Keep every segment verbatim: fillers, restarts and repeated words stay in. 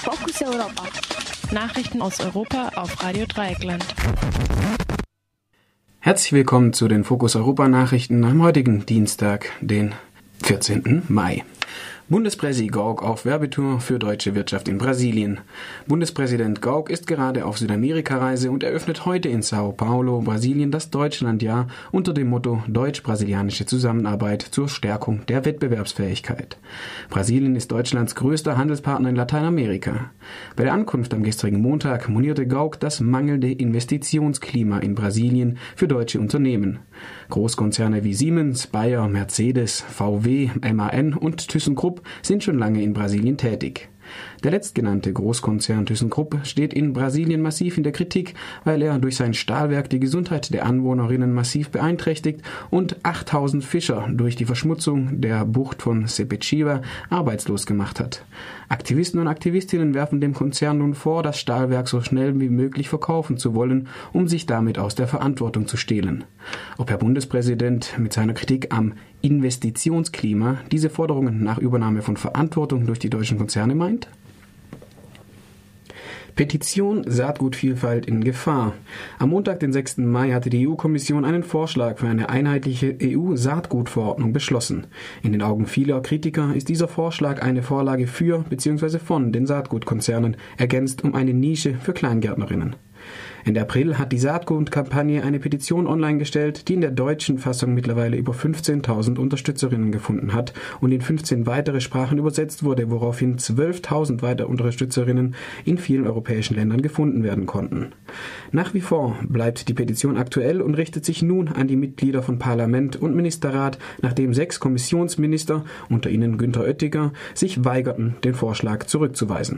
Fokus Europa. Nachrichten aus Europa auf Radio Dreieckland. Herzlich willkommen zu den Fokus Europa Nachrichten am heutigen Dienstag, den vierzehnten Mai. Bundespräsident Gauck auf Werbetour für deutsche Wirtschaft in Brasilien. Bundespräsident Gauck ist gerade auf Südamerika-Reise und eröffnet heute in Sao Paulo, Brasilien, das Deutschlandjahr unter dem Motto Deutsch-Brasilianische Zusammenarbeit zur Stärkung der Wettbewerbsfähigkeit. Brasilien ist Deutschlands größter Handelspartner in Lateinamerika. Bei der Ankunft am gestrigen Montag monierte Gauck das mangelnde Investitionsklima in Brasilien für deutsche Unternehmen. Großkonzerne wie Siemens, Bayer, Mercedes, V W, M A N und ThyssenKrupp sind schon lange in Brasilien tätig. Der letztgenannte Großkonzern ThyssenKrupp steht in Brasilien massiv in der Kritik, weil er durch sein Stahlwerk die Gesundheit der Anwohnerinnen massiv beeinträchtigt und achttausend Fischer durch die Verschmutzung der Bucht von Sepetiba arbeitslos gemacht hat. Aktivisten und Aktivistinnen werfen dem Konzern nun vor, das Stahlwerk so schnell wie möglich verkaufen zu wollen, um sich damit aus der Verantwortung zu stehlen. Ob Herr Bundespräsident mit seiner Kritik am Investitionsklima diese Forderungen nach Übernahme von Verantwortung durch die deutschen Konzerne meint? Petition Saatgutvielfalt in Gefahr. Am Montag, den sechsten Mai, hatte die E U-Kommission einen Vorschlag für eine einheitliche E U-Saatgutverordnung beschlossen. In den Augen vieler Kritiker ist dieser Vorschlag eine Vorlage für bzw. von den Saatgutkonzernen, ergänzt um eine Nische für Kleingärtnerinnen. Ende April hat die Saatgutkampagne eine Petition online gestellt, die in der deutschen Fassung mittlerweile über fünfzehntausend Unterstützerinnen gefunden hat und in fünfzehn weitere Sprachen übersetzt wurde, woraufhin zwölftausend weitere Unterstützerinnen in vielen europäischen Ländern gefunden werden konnten. Nach wie vor bleibt die Petition aktuell und richtet sich nun an die Mitglieder von Parlament und Ministerrat, nachdem sechs Kommissionsminister, unter ihnen Günther Oettinger, sich weigerten, den Vorschlag zurückzuweisen.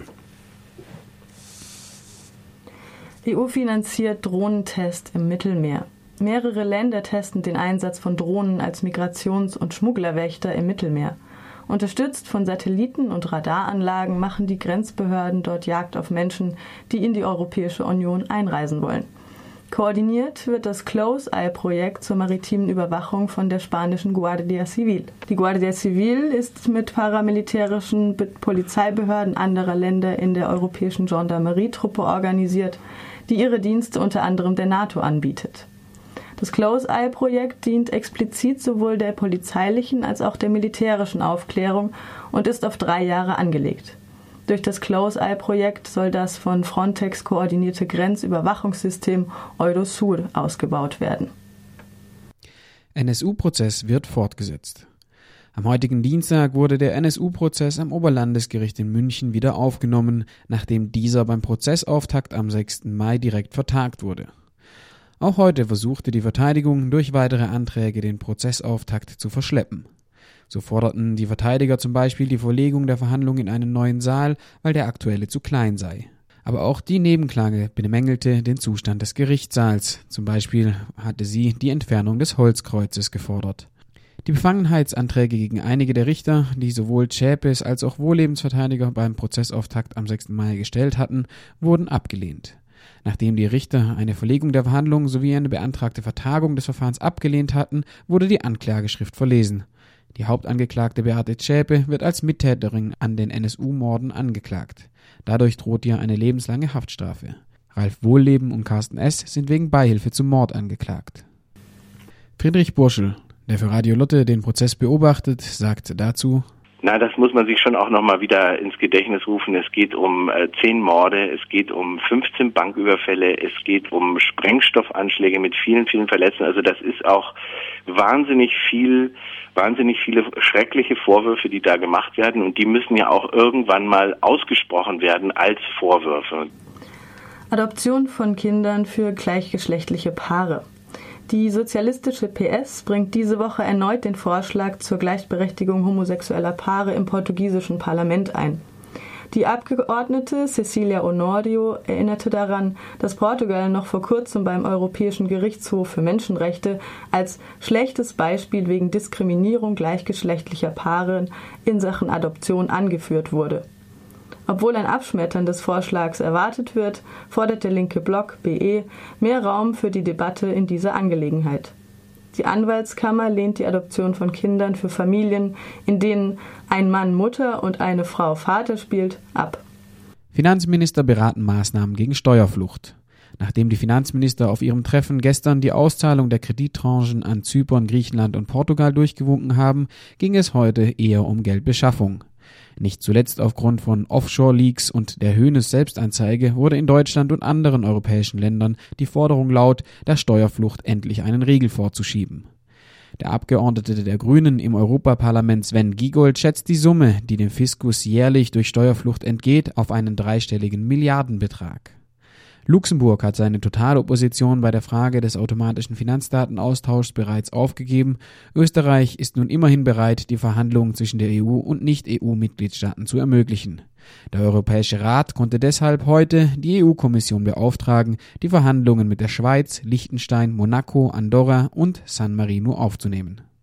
E U finanziert Drohnentest im Mittelmeer. Mehrere Länder testen den Einsatz von Drohnen als Migrations- und Schmugglerwächter im Mittelmeer. Unterstützt von Satelliten und Radaranlagen machen die Grenzbehörden dort Jagd auf Menschen, die in die Europäische Union einreisen wollen. Koordiniert wird das Close-Eye-Projekt zur maritimen Überwachung von der spanischen Guardia Civil. Die Guardia Civil ist mit paramilitärischen Polizeibehörden anderer Länder in der europäischen Gendarmerietruppe organisiert, die ihre Dienste unter anderem der NATO anbietet. Das Close-Eye-Projekt dient explizit sowohl der polizeilichen als auch der militärischen Aufklärung und ist auf drei Jahre angelegt. Durch das Close-Eye-Projekt soll das von Frontex koordinierte Grenzüberwachungssystem Eurosur ausgebaut werden. N S U-Prozess wird fortgesetzt. Am heutigen Dienstag wurde der N S U-Prozess am Oberlandesgericht in München wieder aufgenommen, nachdem dieser beim Prozessauftakt am sechsten Mai direkt vertagt wurde. Auch heute versuchte die Verteidigung durch weitere Anträge den Prozessauftakt zu verschleppen. So forderten die Verteidiger zum Beispiel die Verlegung der Verhandlungen in einen neuen Saal, weil der aktuelle zu klein sei. Aber auch die Nebenklage bemängelte den Zustand des Gerichtssaals. Zum Beispiel hatte sie die Entfernung des Holzkreuzes gefordert. Die Befangenheitsanträge gegen einige der Richter, die sowohl Zschäpes als auch Wohllebensverteidiger beim Prozessauftakt am sechsten Mai gestellt hatten, wurden abgelehnt. Nachdem die Richter eine Verlegung der Verhandlungen sowie eine beantragte Vertagung des Verfahrens abgelehnt hatten, wurde die Anklageschrift verlesen. Die Hauptangeklagte Beate Zschäpe wird als Mittäterin an den N S U-Morden angeklagt. Dadurch droht ihr eine lebenslange Haftstrafe. Ralf Wohlleben und Carsten S. sind wegen Beihilfe zum Mord angeklagt. Friedrich Burschel, der für Radio Lotte den Prozess beobachtet, sagt dazu: Na, das muss man sich schon auch nochmal wieder ins Gedächtnis rufen. Es geht um äh, zehn Morde, es geht um fünfzehn Banküberfälle, es geht um Sprengstoffanschläge mit vielen, vielen Verletzten. Also das ist auch wahnsinnig viel, wahnsinnig viele schreckliche Vorwürfe, die da gemacht werden. Und die müssen ja auch irgendwann mal ausgesprochen werden als Vorwürfe. Adoption von Kindern für gleichgeschlechtliche Paare. Die sozialistische P S bringt diese Woche erneut den Vorschlag zur Gleichberechtigung homosexueller Paare im portugiesischen Parlament ein. Die Abgeordnete Cecilia Honorio erinnerte daran, dass Portugal noch vor kurzem beim Europäischen Gerichtshof für Menschenrechte als schlechtes Beispiel wegen Diskriminierung gleichgeschlechtlicher Paare in Sachen Adoption angeführt wurde. Obwohl ein Abschmettern des Vorschlags erwartet wird, fordert der linke Block B E mehr Raum für die Debatte in dieser Angelegenheit. Die Anwaltskammer lehnt die Adoption von Kindern für Familien, in denen ein Mann Mutter und eine Frau Vater spielt, ab. Finanzminister beraten Maßnahmen gegen Steuerflucht. Nachdem die Finanzminister auf ihrem Treffen gestern die Auszahlung der Kredittranchen an Zypern, Griechenland und Portugal durchgewunken haben, ging es heute eher um Geldbeschaffung. Nicht zuletzt aufgrund von Offshore-Leaks und der Hoeneß-Selbstanzeige wurde in Deutschland und anderen europäischen Ländern die Forderung laut, der Steuerflucht endlich einen Riegel vorzuschieben. Der Abgeordnete der Grünen im Europaparlament Sven Giegold schätzt die Summe, die dem Fiskus jährlich durch Steuerflucht entgeht, auf einen dreistelligen Milliardenbetrag. Luxemburg hat seine Totalopposition bei der Frage des automatischen Finanzdatenaustauschs bereits aufgegeben. Österreich ist nun immerhin bereit, die Verhandlungen zwischen der E U und Nicht-E U-Mitgliedstaaten zu ermöglichen. Der Europäische Rat konnte deshalb heute die E U-Kommission beauftragen, die Verhandlungen mit der Schweiz, Liechtenstein, Monaco, Andorra und San Marino aufzunehmen.